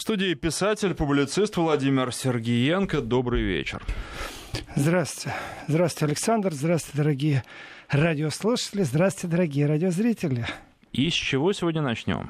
студии писатель, публицист Владимир Сергиенко. Добрый вечер. Здравствуйте. Здравствуйте, Александр. Здравствуйте, дорогие радиослушатели. Здравствуйте, дорогие радиозрители. И с чего сегодня начнем?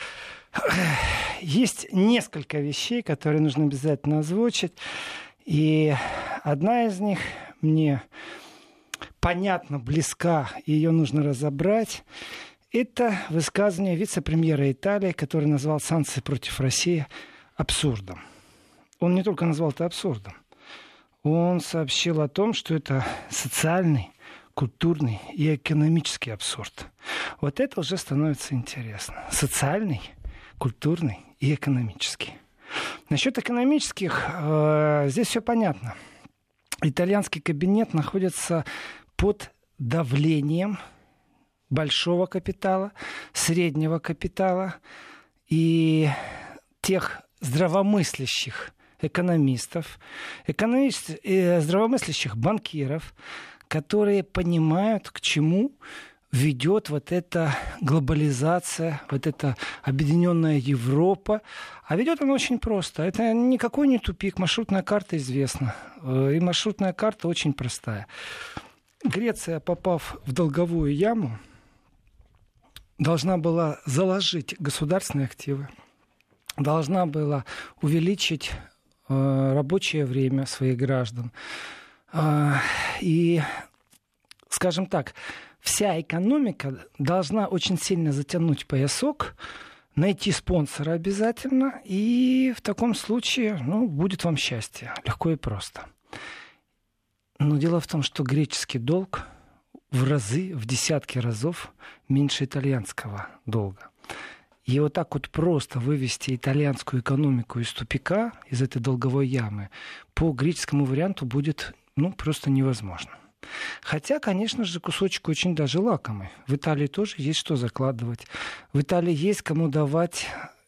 Есть несколько вещей, которые нужно обязательно озвучить. И одна из них мне понятно, близка, и ее нужно разобрать. Это высказывание вице-премьера Италии, который назвал санкции против России абсурдом. Он не только назвал это абсурдом. Он сообщил о том, что это социальный, культурный и экономический абсурд. Вот это уже становится интересно. Социальный, культурный и экономический. Насчет экономических здесь все понятно. Итальянский кабинет находится под давлением большого капитала, среднего капитала и тех здравомыслящих экономистов, здравомыслящих банкиров, которые понимают, к чему ведет вот эта глобализация, вот эта объединенная Европа. А ведет она очень просто. Это никакой не тупик. Маршрутная карта известна. И маршрутная карта очень простая. Греция, попав в долговую яму, должна была заложить государственные активы, должна была увеличить рабочее время своих граждан. И, скажем так, вся экономика должна очень сильно затянуть поясок, найти спонсора обязательно, и в таком случае, будет вам счастье. Легко и просто. Но дело в том, что греческий долг в разы, в десятки разов меньше итальянского долга. И вот так вот просто вывести итальянскую экономику из тупика, из этой долговой ямы, по греческому варианту будет просто невозможно. Хотя, конечно же, кусочек очень даже лакомый. В Италии тоже есть что закладывать. В Италии есть кому давать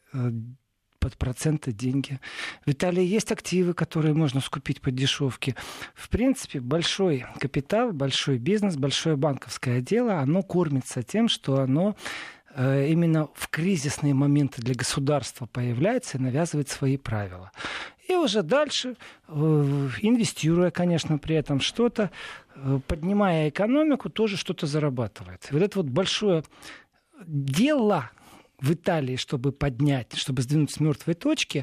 под проценты деньги. В Италии есть активы, которые можно скупить по дешевке. В принципе, большой капитал, большой бизнес, большое банковское дело, оно кормится тем, что оно именно в кризисные моменты для государства появляется и навязывает свои правила. И уже дальше, инвестируя, конечно, при этом что-то, поднимая экономику, тоже что-то зарабатывает. И вот это вот большое дело в Италии, чтобы поднять, чтобы сдвинуть с мертвой точки,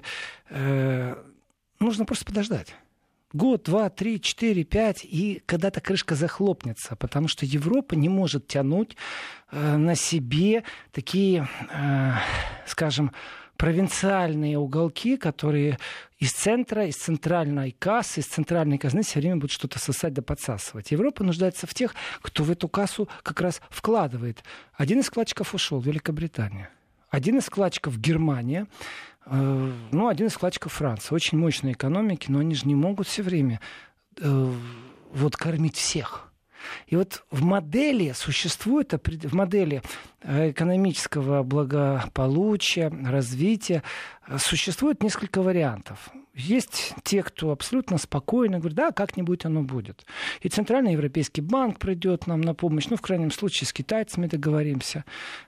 нужно просто подождать. Год, 2, 3, 4, 5, и когда-то крышка захлопнется, потому что Европа не может тянуть на себе такие, скажем, провинциальные уголки, которые из центра, из центральной кассы, из центральной казны все время будут что-то сосать да подсасывать. Европа нуждается в тех, кто в эту кассу как раз вкладывает. Один из вкладчиков ушел, Великобритания. Один из вкладчиков Германия, один из вкладчиков Франция. Очень мощные экономики, но они же не могут все время кормить всех. И вот в модели существует, в модели экономического благополучия, развития, существует несколько вариантов. Есть те, кто абсолютно спокойно говорит, да, как-нибудь оно будет. И Центральный Европейский банк придет нам на помощь, в крайнем случае с китайцами договоримся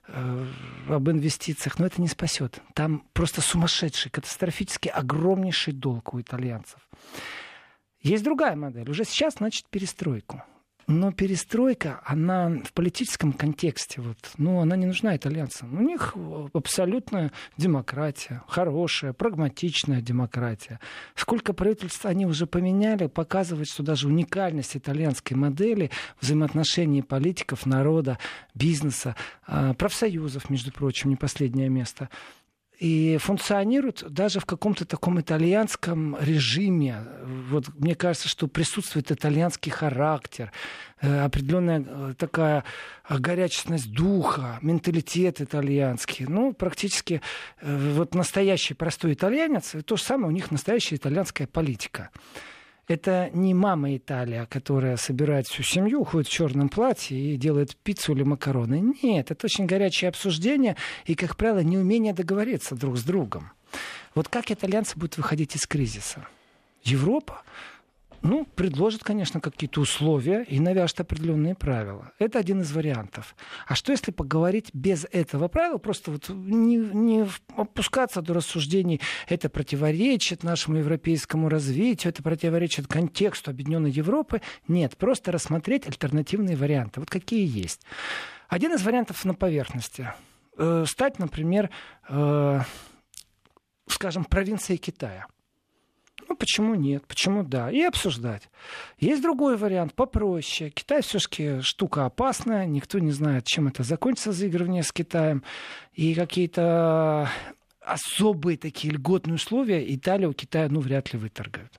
об инвестициях, но это не спасет. Там просто сумасшедший, катастрофически огромнейший долг у итальянцев. Есть другая модель. Уже сейчас, перестройку. Но перестройка, она в политическом контексте, она не нужна итальянцам. У них абсолютная демократия, хорошая, прагматичная демократия. Сколько правительств они уже поменяли, показывает, что даже уникальность итальянской модели взаимоотношений политиков, народа, бизнеса, профсоюзов, между прочим, не последнее место, и функционирует даже в каком-то таком итальянском режиме. Мне кажется, что присутствует итальянский характер, определенная такая горячность духа, менталитет итальянский. Практически настоящий простой итальянец, то же самое у них настоящая итальянская политика. Это не мама Италия, которая собирает всю семью, уходит в черном платье и делает пиццу или макароны. Нет, это очень горячее обсуждение и, как правило, неумение договориться друг с другом. Как итальянцы будут выходить из кризиса? Европа Предложит, конечно, какие-то условия и навяжет определенные правила. Это один из вариантов. А что, если поговорить без этого правила, просто не опускаться до рассуждений, это противоречит нашему европейскому развитию, это противоречит контексту Объединенной Европы? Нет, просто рассмотреть альтернативные варианты. Вот какие есть. Один из вариантов на поверхности. Стать, например, скажем, провинцией Китая. Почему нет? Почему да? И обсуждать. Есть другой вариант, попроще. Китай все-таки штука опасная. Никто не знает, чем это закончится, заигрывание с Китаем. И какие-то особые такие льготные условия Италия у Китая вряд ли выторгают.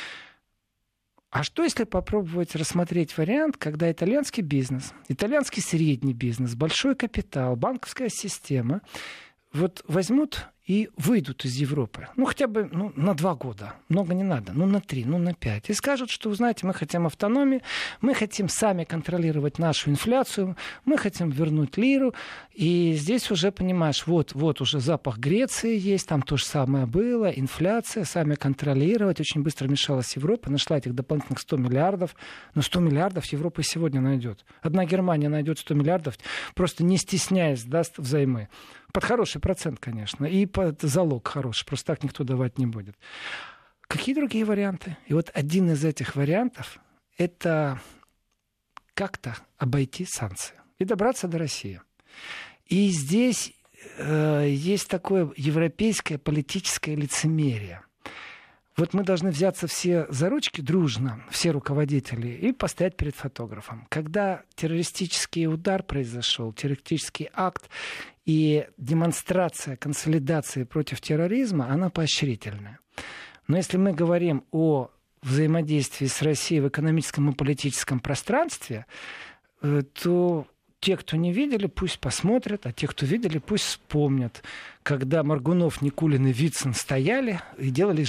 А что, если попробовать рассмотреть вариант, когда итальянский бизнес, итальянский средний бизнес, большой капитал, банковская система возьмут и выйдут из Европы. Хотя бы на 2 года. Много не надо. На 3, на 5. И скажут, что, вы знаете, мы хотим автономии, мы хотим сами контролировать нашу инфляцию, мы хотим вернуть лиру. И здесь уже, понимаешь, вот уже запах Греции есть, там то же самое было, инфляция, сами контролировать. Очень быстро вмешалась Европа, нашла этих дополнительных 100 миллиардов. Но 100 миллиардов Европа и сегодня найдет. Одна Германия найдет 100 миллиардов, просто не стесняясь, даст взаймы. Под хороший процент, конечно, и под залог хороший. Просто так никто давать не будет. Какие другие варианты? И один из этих вариантов – это как-то обойти санкции и добраться до России. И здесь есть такое европейское политическое лицемерие. Мы должны взяться все за ручки дружно, все руководители, и постоять перед фотографом. Когда террористический удар произошел, террористический акт и демонстрация консолидации против терроризма, она поощрительная. Но если мы говорим о взаимодействии с Россией в экономическом и политическом пространстве, то те, кто не видели, пусть посмотрят, а те, кто видели, пусть вспомнят, когда Моргунов, Никулин и Вицин стояли и делали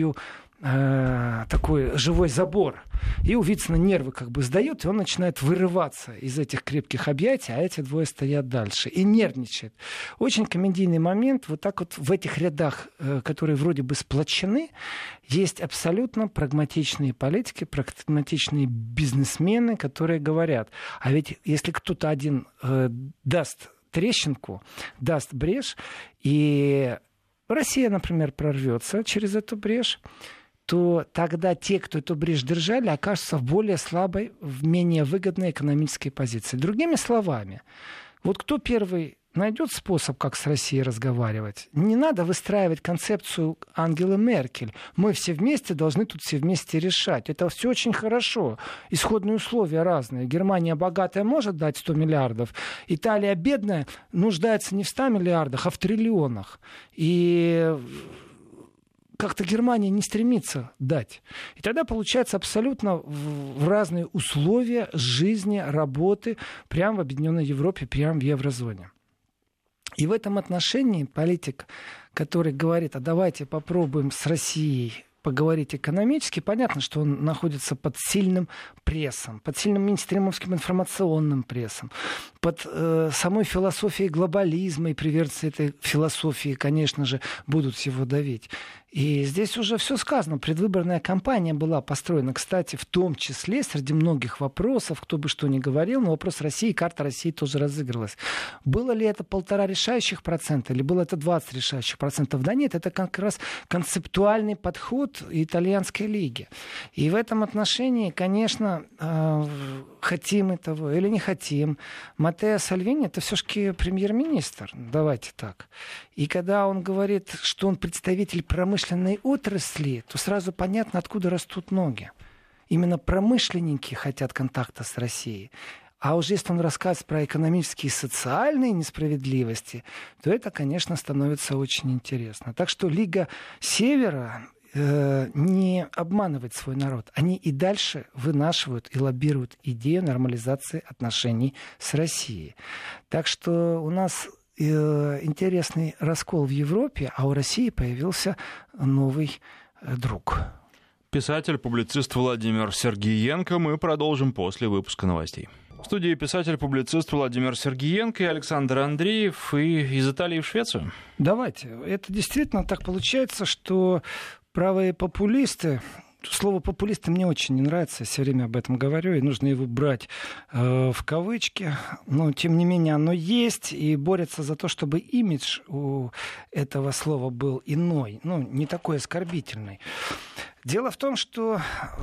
такой живой забор. И у Вицина нервы сдают, и он начинает вырываться из этих крепких объятий, а эти двое стоят дальше и нервничает. Очень комедийный момент. В этих рядах, которые вроде бы сплочены, есть абсолютно прагматичные политики, прагматичные бизнесмены, которые говорят, а ведь если кто-то один даст трещинку, даст брешь, и Россия, например, прорвется через эту брешь, то тогда те, кто эту брешь держали, окажутся в более слабой, в менее выгодной экономической позиции. Другими словами, кто первый найдет способ, как с Россией разговаривать, не надо выстраивать концепцию Ангелы Меркель. Мы все вместе должны тут все вместе решать. Это все очень хорошо. Исходные условия разные. Германия богатая может дать 100 миллиардов. Италия бедная нуждается не в 100 миллиардах, а в триллионах. И как-то Германия не стремится дать. И тогда получается абсолютно в разные условия жизни, работы прямо в Объединенной Европе, прямо в еврозоне. И в этом отношении политик, который говорит, а давайте попробуем с Россией поговорить экономически, понятно, что он находится под сильным прессом, под сильным мейнстримовским информационным прессом, под самой философией глобализма, и приверженцы этой философии, конечно же, будут его давить. И здесь уже все сказано. Предвыборная кампания была построена, кстати, в том числе среди многих вопросов, кто бы что ни говорил, но вопрос России, карта России тоже разыгралась. Было ли это 1,5 решающих процента или было это 20 решающих процентов? Да нет, это как раз концептуальный подход итальянской лиги. И в этом отношении, конечно, хотим этого или не хотим, Маттео Сальвини — это все-таки премьер-министр, давайте так. И когда он говорит, что он представитель промышленной отрасли, то сразу понятно, откуда растут ноги. Именно промышленники хотят контакта с Россией. А уже если он рассказывает про экономические и социальные несправедливости, то это, конечно, становится очень интересно. Так что Лига Севера не обманывает свой народ. Они и дальше вынашивают и лоббируют идею нормализации отношений с Россией. Так что у нас интересный раскол в Европе, а у России появился новый друг. Писатель, публицист Владимир Сергиенко. Мы продолжим после выпуска новостей. В студии писатель-публицист Владимир Сергиенко и Александр Андреев. И из Италии в Швецию. Давайте. Это действительно так получается, что правые популисты, слово «популисты» мне очень не нравится, я все время об этом говорю, и нужно его брать в кавычки. Но, тем не менее, оно есть, и борется за то, чтобы имидж у этого слова был иной, не такой оскорбительный. Дело в том, что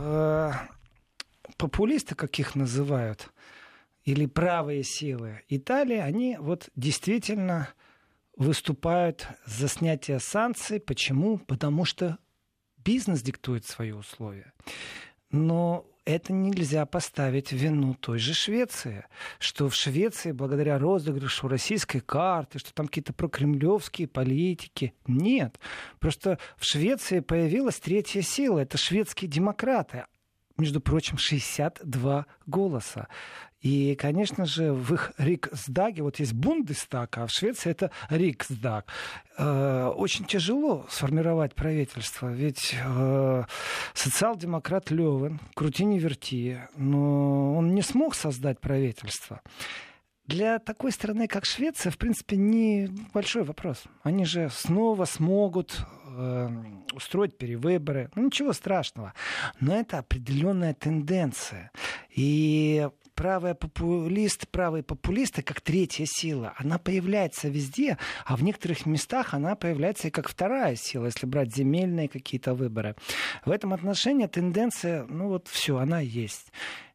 популисты, как их называют, или правые силы Италии, они действительно выступают за снятие санкций. Почему? Потому что бизнес диктует свои условия. Но это нельзя поставить в вину той же Швеции, что в Швеции, благодаря розыгрышу российской карты, что там какие-то прокремлевские политики. Нет. Просто в Швеции появилась третья сила. Это шведские демократы. Между прочим, 62 голоса. И, конечно же, в их Риксдаге, есть Бундестаг, а в Швеции это Риксдаг. Очень тяжело сформировать правительство, ведь социал-демократ Лёвен, крути не верти, но он не смог создать правительство. Для такой страны, как Швеция, в принципе, не большой вопрос. Они же снова смогут устроить перевыборы. Ничего страшного. Но это определенная тенденция. И правые популисты, как третья сила, она появляется везде, а в некоторых местах она появляется и как вторая сила, если брать земельные какие-то выборы. В этом отношении тенденция, все, она есть.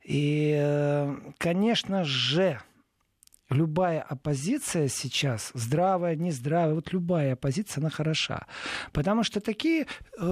И, конечно же, любая оппозиция сейчас, здравая, нездравая, любая оппозиция, она хороша. Потому что такие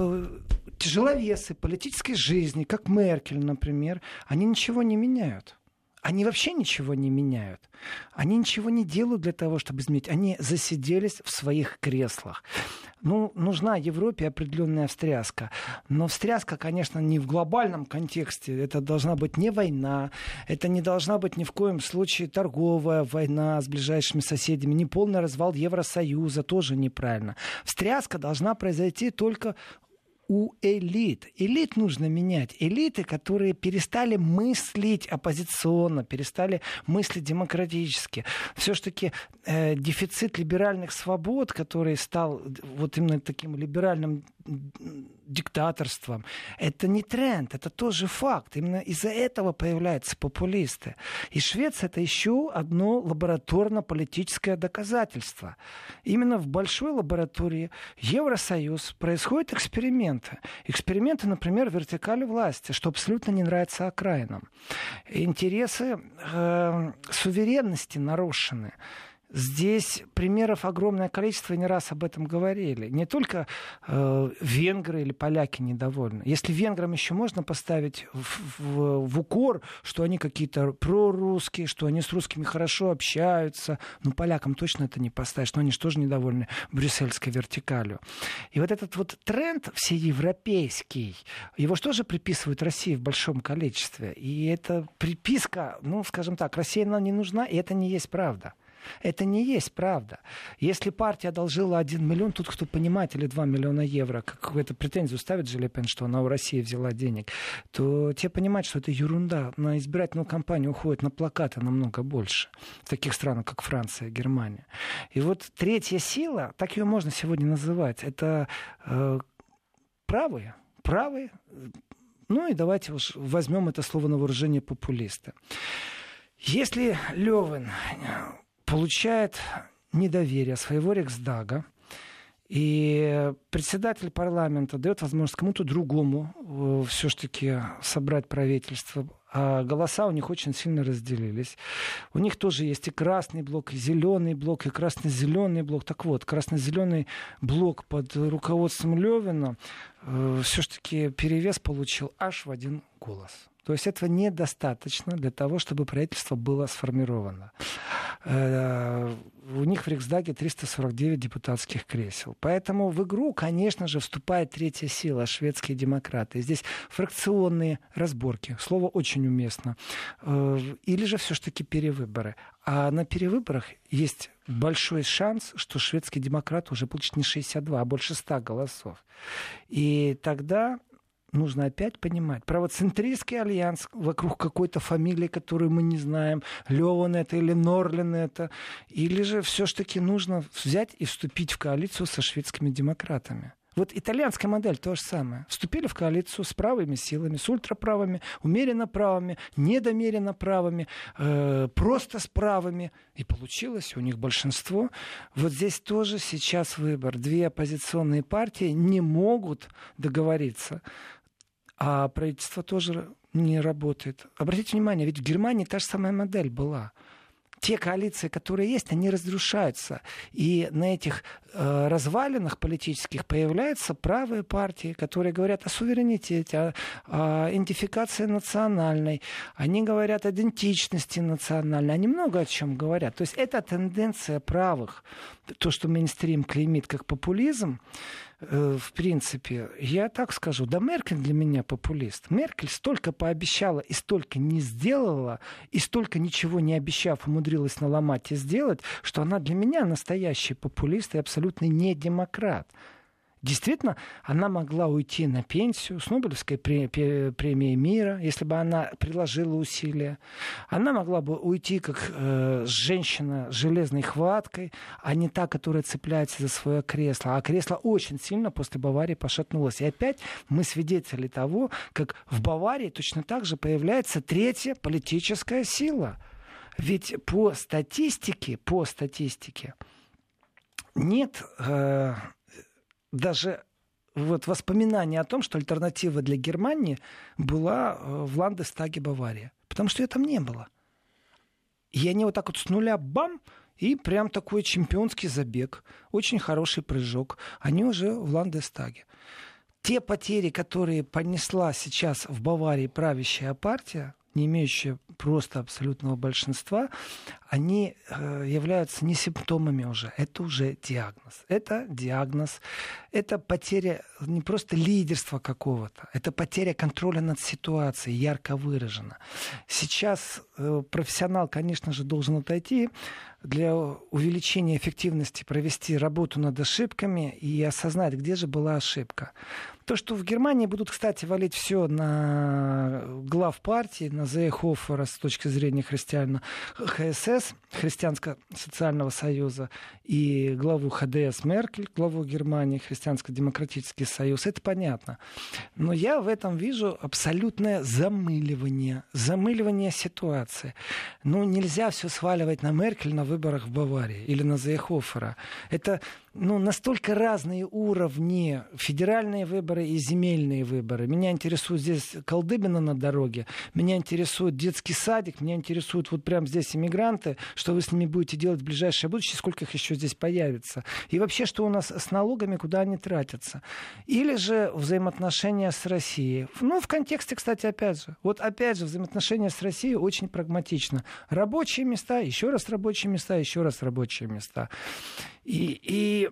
тяжеловесы политической жизни, как Меркель, например, они ничего не меняют. Они вообще ничего не меняют. Они ничего не делают для того, чтобы изменить. Они засиделись в своих креслах. Нужна Европе определенная встряска. Но встряска, конечно, не в глобальном контексте. Это должна быть не война. Это не должна быть ни в коем случае торговая война с ближайшими соседями. Не полный развал Евросоюза. Тоже неправильно. Встряска должна произойти только у элит. Элит нужно менять. Элиты, которые перестали мыслить оппозиционно, перестали мыслить демократически. Все-таки дефицит либеральных свобод, который стал именно таким либеральным диктаторством, это не тренд, это тоже факт. Именно из-за этого появляются популисты. И Швеция — это еще одно лабораторно-политическое доказательство. Именно в большой лаборатории Евросоюз происходят эксперименты. Эксперименты, например, вертикали власти, что абсолютно не нравится окраинам. Интересы суверенности нарушены. Здесь примеров огромное количество, и не раз об этом говорили. Не только венгры или поляки недовольны. Если венграм еще можно поставить в укор, что они какие-то прорусские, что они с русскими хорошо общаются, полякам точно это не поставишь, но они же тоже недовольны брюссельской вертикалью. И этот тренд всеевропейский, его же тоже приписывают России в большом количестве. И эта приписка, скажем так, России она не нужна, и это не есть правда. Это не есть правда. Если партия одолжила 1 миллион, тут кто понимает, или 2 миллиона евро, какую-то претензию ставит Ле Пен, что она у России взяла денег, то те понимают, что это ерунда. На избирательную кампанию уходит на плакаты намного больше. В таких странах, как Франция, Германия. И третья сила, так ее можно сегодня называть, это правые. И давайте уж возьмем это слово на вооружение популиста. Если Лёвен получает недоверие своего Риксдага, и председатель парламента дает возможность кому-то другому все-таки собрать правительство, а голоса у них очень сильно разделились. У них тоже есть и красный блок, и зеленый блок, и красно-зеленый блок. Так вот, красно-зеленый блок под руководством Лёвена все-таки перевес получил аж в 1 голос. То есть этого недостаточно для того, чтобы правительство было сформировано. У них в Риксдаге 349 депутатских кресел. Поэтому в игру, конечно же, вступает третья сила, шведские демократы. Здесь фракционные разборки. Слово очень уместно. Или же все-таки перевыборы. А на перевыборах есть большой шанс, что шведский демократ уже получит не 62, а больше 100 голосов. И тогда нужно опять понимать, правоцентристский альянс вокруг какой-то фамилии, которую мы не знаем, Лёвен это или Норлен это, или же все-таки нужно взять и вступить в коалицию со шведскими демократами. Вот итальянская модель то же самое. Вступили в коалицию с правыми силами, с ультраправыми, умеренно правыми, недомеренно правыми, просто с правыми. И получилось, у них большинство. Вот здесь тоже сейчас выбор. Две оппозиционные партии не могут договориться. А правительство тоже не работает. Обратите внимание, ведь в Германии та же самая модель была. Те коалиции, которые есть, они разрушаются. И на этих развалинах политических появляются правые партии, которые говорят о суверенитете, о идентификации национальной. Они говорят о идентичности национальной. Они много о чем говорят. То есть это тенденция правых. То, что мейнстрим клеймит как популизм, в принципе, я так скажу, да Меркель для меня популист. Меркель столько пообещала и столько не сделала, и столько ничего не обещав умудрилась наломать и сделать, что она для меня настоящий популист и абсолютно не демократ. Действительно, она могла уйти на пенсию с Нобелевской премией мира, если бы она приложила усилия. Она могла бы уйти как женщина с железной хваткой, а не та, которая цепляется за свое кресло. А кресло очень сильно после Баварии пошатнулось. И опять мы свидетели того, как в Баварии точно так же появляется третья политическая сила. Ведь по статистике нет... даже вот воспоминание о том, что альтернатива для Германии была в Ландестаге Баварии. Потому что ее там не было. И они вот так вот с нуля бам, и прям такой чемпионский забег. Очень хороший прыжок. Они уже в Ландестаге. Те потери, которые понесла сейчас в Баварии правящая партия, не имеющие просто абсолютного большинства, они являются не симптомами уже. Это уже диагноз. Это диагноз. Это потеря не просто лидерства какого-то. Это потеря контроля над ситуацией, ярко выражена. Сейчас профессионал, конечно же, должен отойти для увеличения эффективности, провести работу над ошибками и осознать, где же была ошибка. То, что в Германии будут, кстати, валить все на глав партии, на Зейхофера с точки зрения ХСС, Христианско-социального союза, и главу ХДС Меркель, главу Германии, Христианско-демократический союз, это понятно. Но я в этом вижу абсолютное замыливание ситуации. Ну, нельзя все сваливать на Меркель на выборах в Баварии или на Зейхофера. Это настолько разные уровни, федеральные выборы и земельные выборы. Меня интересует здесь колдыбина на дороге, меня интересует детский садик, меня интересуют вот прямо здесь иммигранты, что вы с ними будете делать в ближайшее будущее, сколько их еще здесь появится. И вообще, что у нас с налогами, куда они тратятся. Или же взаимоотношения с Россией. В контексте, кстати, опять же, взаимоотношения с Россией очень прагматично. Рабочие места, еще раз рабочие места, еще раз рабочие места. И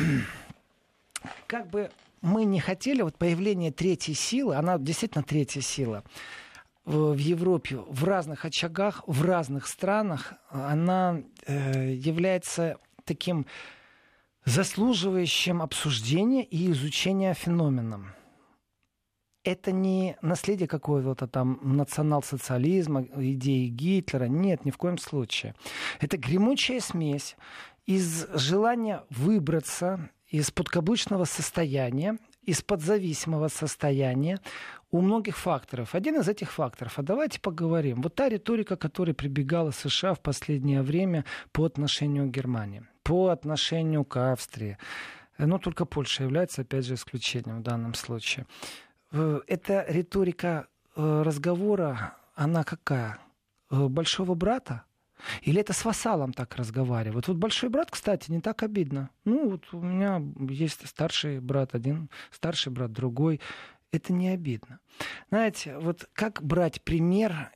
как бы мы не хотели, вот появление третьей силы, она действительно третья сила в Европе, в разных очагах, в разных странах, она является таким заслуживающим обсуждения и изучения феноменом. Это не наследие какого-то там национал-социализма, идеи Гитлера. Нет, ни в коем случае. Это гремучая смесь из желания выбраться из подкаблучного состояния, из подзависимого состояния у многих факторов. Один из этих факторов, давайте поговорим. Вот та риторика, которой прибегала США в последнее время по отношению к Германии, по отношению к Австрии. Только Польша является, опять же, исключением в данном случае. Эта риторика разговора, она какая? Большого брата? Или это с вассалом так разговаривают? Вот большой брат, кстати, не так обидно. У меня есть старший брат один, старший брат другой. Это не обидно. Знаете, вот как брать пример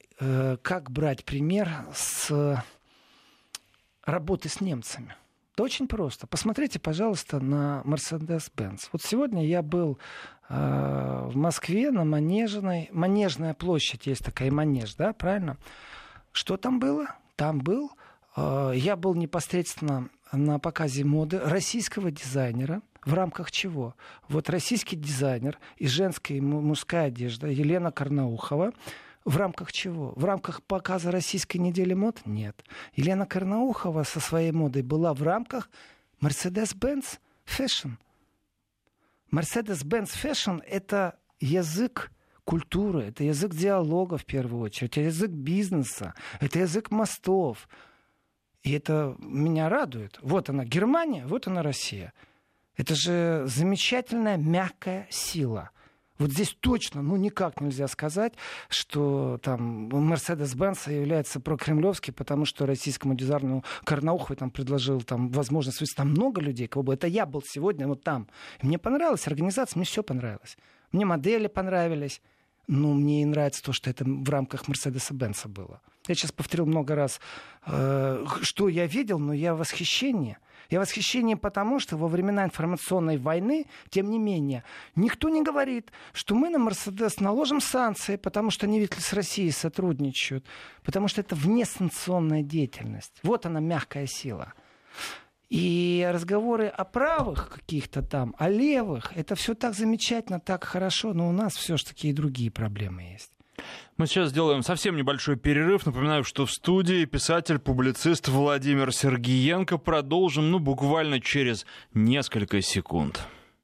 с работы с немцами? Да очень просто. Посмотрите, пожалуйста, на Mercedes-Benz. Вот сегодня я был в Москве на Манежной. Манежная площадь есть такая, Манеж, да, правильно? Что там было? Я был непосредственно на показе моды российского дизайнера. В рамках чего? Вот российский дизайнер и женская и мужская одежда Елена Карнаухова. В рамках чего? В рамках показа Российской недели мод? Нет. Елена Карнаухова со своей модой была в рамках Mercedes-Benz Fashion. Mercedes-Benz Fashion — это язык культуры, это язык диалога в первую очередь, это язык бизнеса, это язык мостов. И это меня радует. Вот она Германия, вот она Россия. Это же замечательная мягкая сила. Вот здесь точно, никак нельзя сказать, что там Mercedes-Benz является прокремлевский, потому что российскому дизайнеру Карнаухову там предложил там возможность вывести. Там много людей, кого бы. Это я был сегодня вот там. И мне понравилась организация, мне все понравилось. Мне модели понравились. Мне и нравится то, что это в рамках Mercedes-Benz было. Я сейчас повторил много раз, что я видел, но я в восхищении. Я в восхищении потому, что во времена информационной войны, тем не менее, никто не говорит, что мы на Мерседес наложим санкции, потому что они ведь с Россией сотрудничают, потому что это внесанкционная деятельность. Вот она, мягкая сила. И разговоры о правых каких-то там, о левых, это все так замечательно, так хорошо, но у нас все-таки и другие проблемы есть. Мы сейчас сделаем совсем небольшой перерыв. Напоминаю, что в студии писатель-публицист Владимир Сергиенко. Продолжим, буквально через несколько секунд.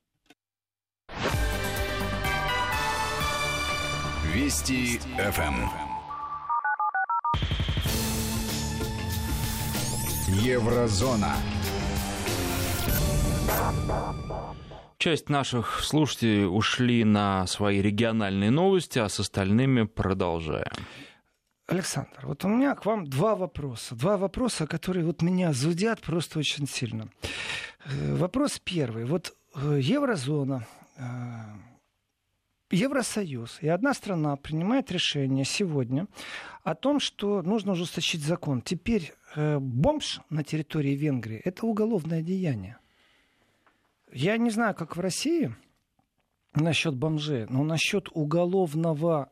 Вести ФМ. Еврозона. Часть наших слушателей ушли на свои региональные новости, а с остальными продолжаем. Александр, вот у меня к вам два вопроса. Два вопроса, которые меня зудят просто очень сильно. Вопрос первый. Вот еврозона, Евросоюз и одна страна принимает решение сегодня о том, что нужно ужесточить закон. Теперь бомж на территории Венгрии — это уголовное деяние. Я не знаю, как в России насчет бомжей, но насчет уголовного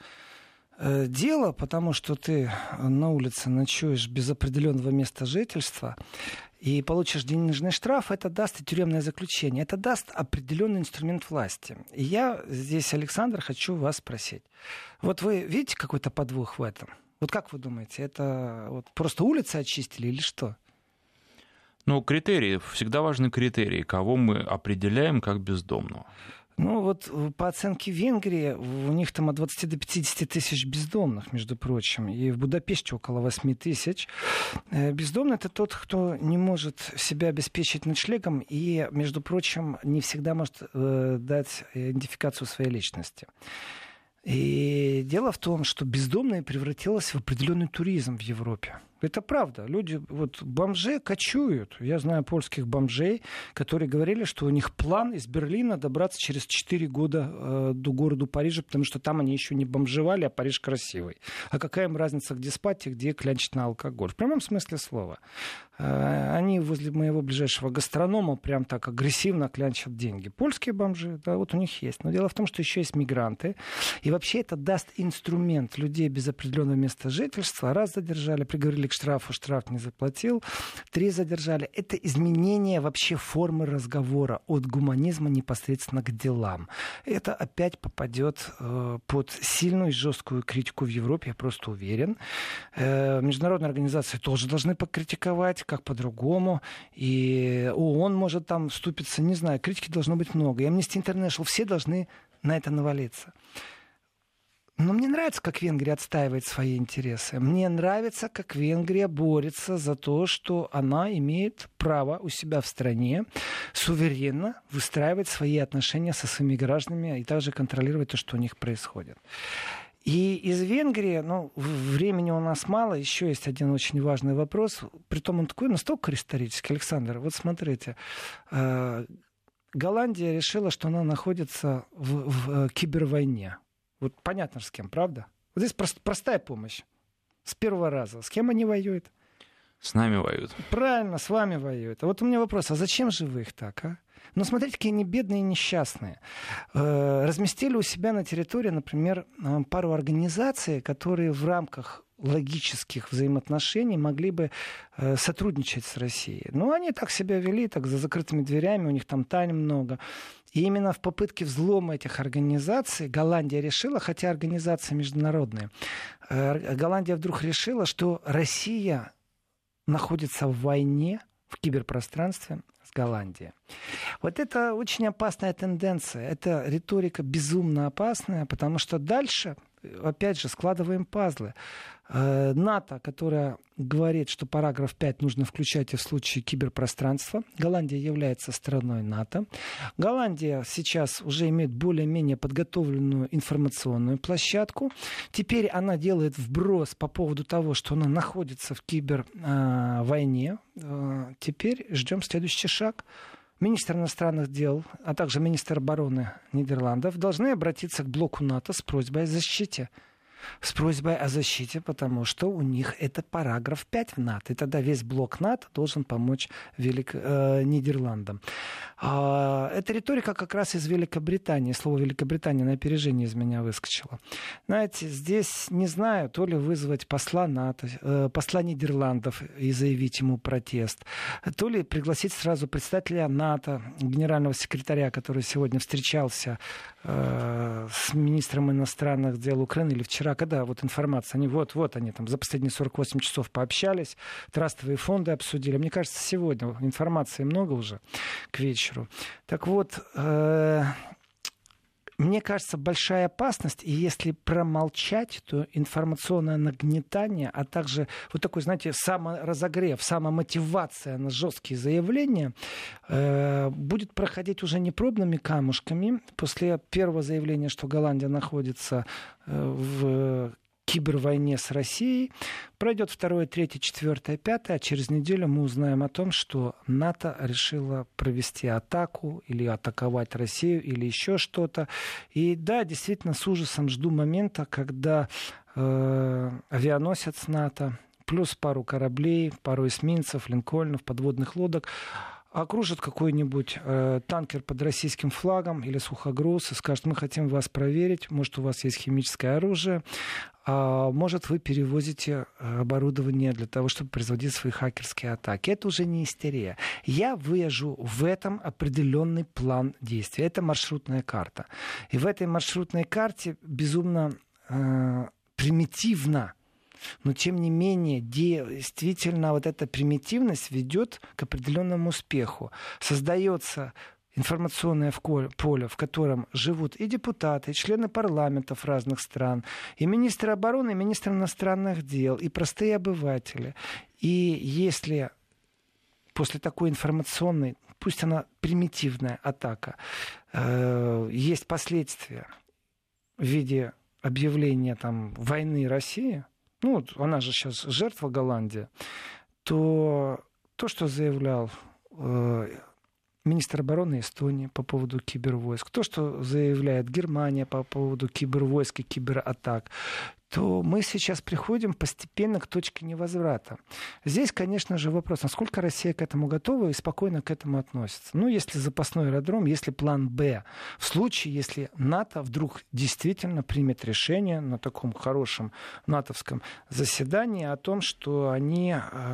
дела, потому что ты на улице ночуешь без определенного места жительства и получишь денежный штраф, это даст и тюремное заключение, это даст определенный инструмент власти. И я здесь, Александр, хочу вас спросить. Вот вы видите какой-то подвох в этом? Вот как вы думаете, это просто улицы очистили или что? Критерии, всегда важны критерии, кого мы определяем как бездомного. По оценке Венгрии, у них там от 20 до 50 тысяч бездомных, между прочим. И в Будапеште около 8 тысяч. Бездомный — это тот, кто не может себя обеспечить ночлегом и, между прочим, не всегда может дать идентификацию своей личности. И дело в том, что бездомные превратилось в определенный туризм в Европе. Это правда. Люди, бомжи кочуют. Я знаю польских бомжей, которые говорили, что у них план из Берлина добраться через 4 года до города Парижа, потому что там они еще не бомжевали, а Париж красивый. А какая им разница, где спать и где клянчить на алкоголь? В прямом смысле слова. Они возле моего ближайшего гастронома прям так агрессивно клянчат деньги. Польские бомжи, да, у них есть. Но дело в том, что еще есть мигранты. И вообще это даст инструмент людей без определенного места жительства. Раз задержали, приговорили к штрафу, штраф не заплатил. 3 задержали. Это изменение вообще формы разговора от гуманизма непосредственно к делам. Это опять попадет под сильную и жесткую критику в Европе, я просто уверен. Международные организации тоже должны покритиковать, как по-другому. И ООН может там вступиться, не знаю, критики должно быть много. И Amnesty International, все должны на это навалиться. Но мне нравится, как Венгрия отстаивает свои интересы. Мне нравится, как Венгрия борется за то, что она имеет право у себя в стране суверенно выстраивать свои отношения со своими гражданами и также контролировать то, что у них происходит. И из Венгрии, времени у нас мало, еще есть один очень важный вопрос. Притом он такой настолько исторический. Александр, вот смотрите. Голландия решила, что она находится в кибервойне. Понятно же с кем, правда? Здесь простая помощь. С первого раза. С кем они воюют? С нами воюют. Правильно, с вами воюют. А у меня вопрос, а зачем же вы их так, а? Смотрите, какие они бедные и несчастные. Разместили у себя на территории, например, пару организаций, которые в рамках логических взаимоотношений могли бы сотрудничать с Россией. Они так себя вели, так за закрытыми дверями, у них там тайн много. И именно в попытке взлома этих организаций Голландия решила, хотя организации международные, Голландия вдруг решила, что Россия находится в войне в киберпространстве с Голландией. Вот это очень опасная тенденция. Это риторика безумно опасная, потому что дальше, опять же, складываем пазлы. НАТО, которая говорит, что параграф 5 нужно включать и в случае киберпространства. Голландия является страной НАТО. Голландия сейчас уже имеет более-менее подготовленную информационную площадку. Теперь она делает вброс по поводу того, что она находится в кибервойне. Теперь ждем следующий шаг. Министр иностранных дел, а также министр обороны Нидерландов должны обратиться к блоку НАТО с просьбой о защите. С просьбой о защите, потому что у них это параграф 5 в НАТО. И тогда весь блок НАТО должен помочь Нидерландам. Эта риторика как раз из Великобритании. Слово Великобритания на опережение из меня выскочило. Знаете, здесь не знаю, то ли вызвать посла НАТО, посла Нидерландов и заявить ему протест, то ли пригласить сразу представителя НАТО, генерального секретаря, который сегодня встречался с министром иностранных дел Украины или вчера, когда вот информация, они они там за последние 48 часов пообщались, трастовые фонды обсудили. Мне кажется, сегодня информации много уже к вечеру. Так вот, мне кажется, большая опасность, и если промолчать, то информационное нагнетание, а также вот такой, знаете, саморазогрев, самомотивация на жесткие заявления будет проходить уже не пробными камушками. После первого заявления, что Голландия находится в кибервойне с Россией, пройдет 2, 3, 4, 5, а через неделю мы узнаем о том, что НАТО решило провести атаку или атаковать Россию или еще что-то. И да, действительно, с ужасом жду момента, когда авианосец НАТО плюс пару кораблей, пару эсминцев, линкольнов, подводных лодок окружат какой-нибудь танкер под российским флагом или сухогруз и скажут: мы хотим вас проверить, может, у вас есть химическое оружие, а может, вы перевозите оборудование для того, чтобы производить свои хакерские атаки. Это уже не истерия. Я выяжу в этом определенный план действий. Это маршрутная карта. И в этой маршрутной карте безумно примитивно, но, тем не менее, действительно, вот эта примитивность ведет к определенному успеху. Создается информационное поле, в котором живут и депутаты, и члены парламентов разных стран, и министры обороны, и министры иностранных дел, и простые обыватели. И если после такой информационной, пусть она примитивная атака, есть последствия в виде объявления там войны России, она же сейчас жертва Голландии, то, что заявлял министр обороны Эстонии по поводу кибервойск, то, что заявляет Германия по поводу кибервойск и кибератак, то мы сейчас приходим постепенно к точке невозврата. Здесь, конечно же, вопрос, насколько Россия к этому готова и спокойно к этому относится. Если запасной аэродром, если план «Б», в случае, если НАТО вдруг действительно примет решение на таком хорошем натовском заседании о том, что они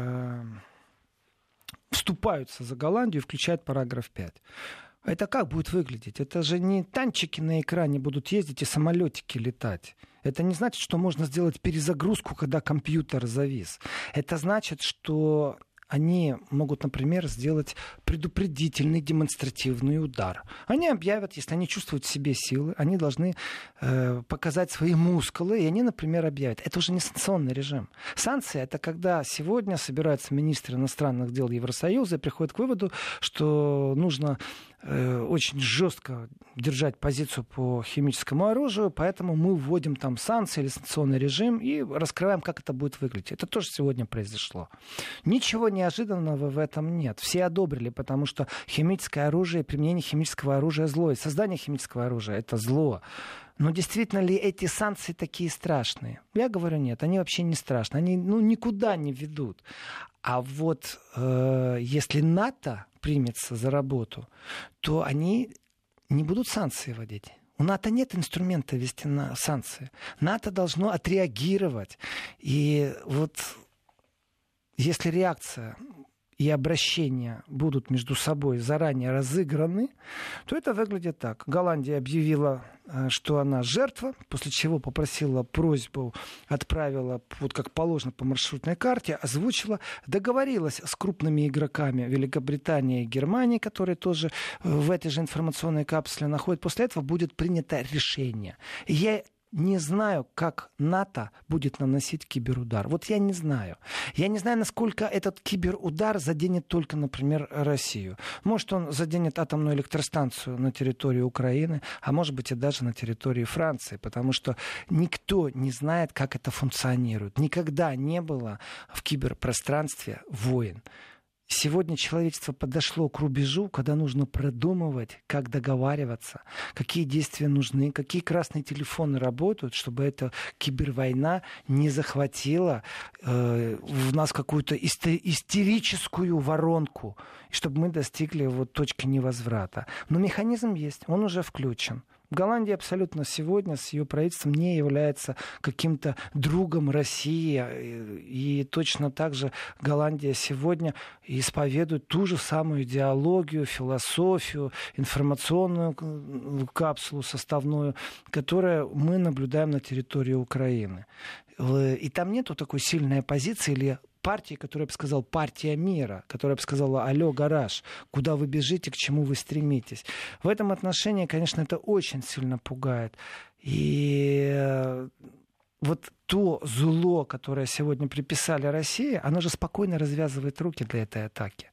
вступаются за Голландию и включают параграф 5. Это как будет выглядеть? Это же не танчики на экране будут ездить и самолетики летать. Это не значит, что можно сделать перезагрузку, когда компьютер завис. Это значит, что они могут, например, сделать предупредительный демонстративный удар. Они объявят, если они чувствуют в себе силы, они должны показать свои мускулы, и они, например, объявят. Это уже не санкционный режим. Санкции — это когда сегодня собираются министры иностранных дел Евросоюза и приходят к выводу, что нужно очень жестко держать позицию по химическому оружию, поэтому мы вводим там санкции или санкционный режим и раскрываем, как это будет выглядеть. Это тоже сегодня произошло. Ничего неожиданного в этом нет. Все одобрили, потому что химическое оружие, применение химического оружия зло, и создание химического оружия — это зло. Но действительно ли эти санкции такие страшные? Я говорю, нет, они вообще не страшные. Они никуда не ведут. А вот если НАТО примется за работу, то они не будут санкции вводить. У НАТО нет инструмента ввести на санкции. НАТО должно отреагировать. И вот если реакция и обращения будут между собой заранее разыграны, то это выглядит так. Голландия объявила, что она жертва, после чего попросила просьбу, отправила, вот как положено по маршрутной карте, озвучила, договорилась с крупными игроками Великобритании и Германии, которые тоже в этой же информационной капсуле находят. После этого будет принято решение. Я не знаю, как НАТО будет наносить киберудар. Вот я не знаю. Я не знаю, насколько этот киберудар заденет только, например, Россию. Может, он заденет атомную электростанцию на территории Украины, а может быть и даже на территории Франции, потому что никто не знает, как это функционирует. Никогда не было в киберпространстве войн. Сегодня человечество подошло к рубежу, когда нужно продумывать, как договариваться, какие действия нужны, какие красные телефоны работают, чтобы эта кибервойна не захватила в нас какую-то истерическую воронку, и чтобы мы достигли вот точки невозврата. Но механизм есть, он уже включен. Голландия абсолютно сегодня с ее правительством не является каким-то другом России. И точно так же Голландия сегодня исповедует ту же самую идеологию, философию, информационную капсулу составную, которую мы наблюдаем на территории Украины. И там нету такой сильной оппозиции или партии, которая бы сказала партия мира, которая бы сказала алло, гараж, куда вы бежите, к чему вы стремитесь. В этом отношении, конечно, это очень сильно пугает. И вот то зло, которое сегодня приписали России, оно же спокойно развязывает руки для этой атаки.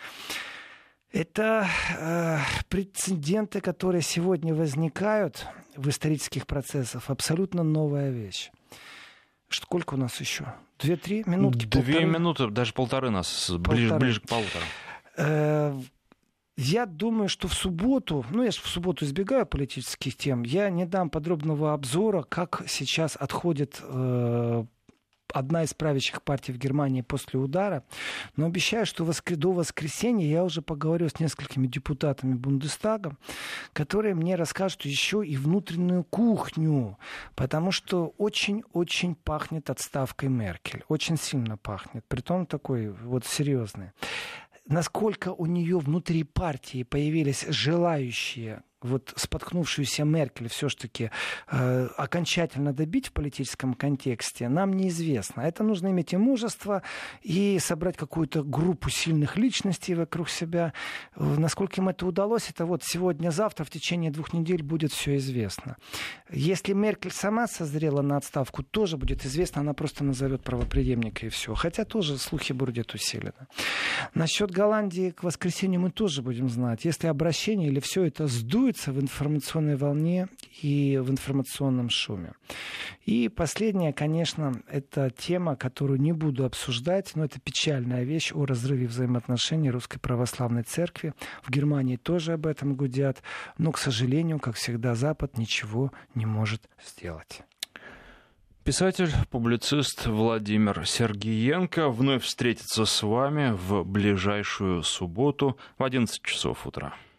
Это прецеденты, которые сегодня возникают в исторических процессах, абсолютно новая вещь. Сколько у нас еще? 2-3 минутки? 2 минуты, даже полторы нас, ближе к полутора. Я думаю, что в субботу, я же в субботу избегаю политических тем, я не дам подробного обзора, как сейчас отходит одна из правящих партий в Германии после удара, но обещаю, что до воскресенья я уже поговорю с несколькими депутатами Бундестага, которые мне расскажут еще и внутреннюю кухню, потому что очень-очень пахнет отставкой Меркель, очень сильно пахнет, притом такой вот серьезный. Насколько у нее внутри партии появились желающие споткнувшуюся Меркель все-таки окончательно добить в политическом контексте, нам неизвестно. Это нужно иметь и мужество, и собрать какую-то группу сильных личностей вокруг себя. Насколько им это удалось, это сегодня-завтра, в течение 2 недель будет все известно. Если Меркель сама созрела на отставку, тоже будет известно, она просто назовет правопреемника и все. Хотя тоже слухи бродят усиленно. Насчет Голландии к воскресенью мы тоже будем знать. Если обращение или все это сдует в информационной волне и в информационном шуме. И последнее, конечно, это тема, которую не буду обсуждать, но это печальная вещь о разрыве взаимоотношений Русской Православной Церкви. В Германии тоже об этом гудят, но, к сожалению, как всегда, Запад ничего не может сделать. Писатель, публицист Владимир Сергиенко вновь встретится с вами в ближайшую субботу в 11 часов утра.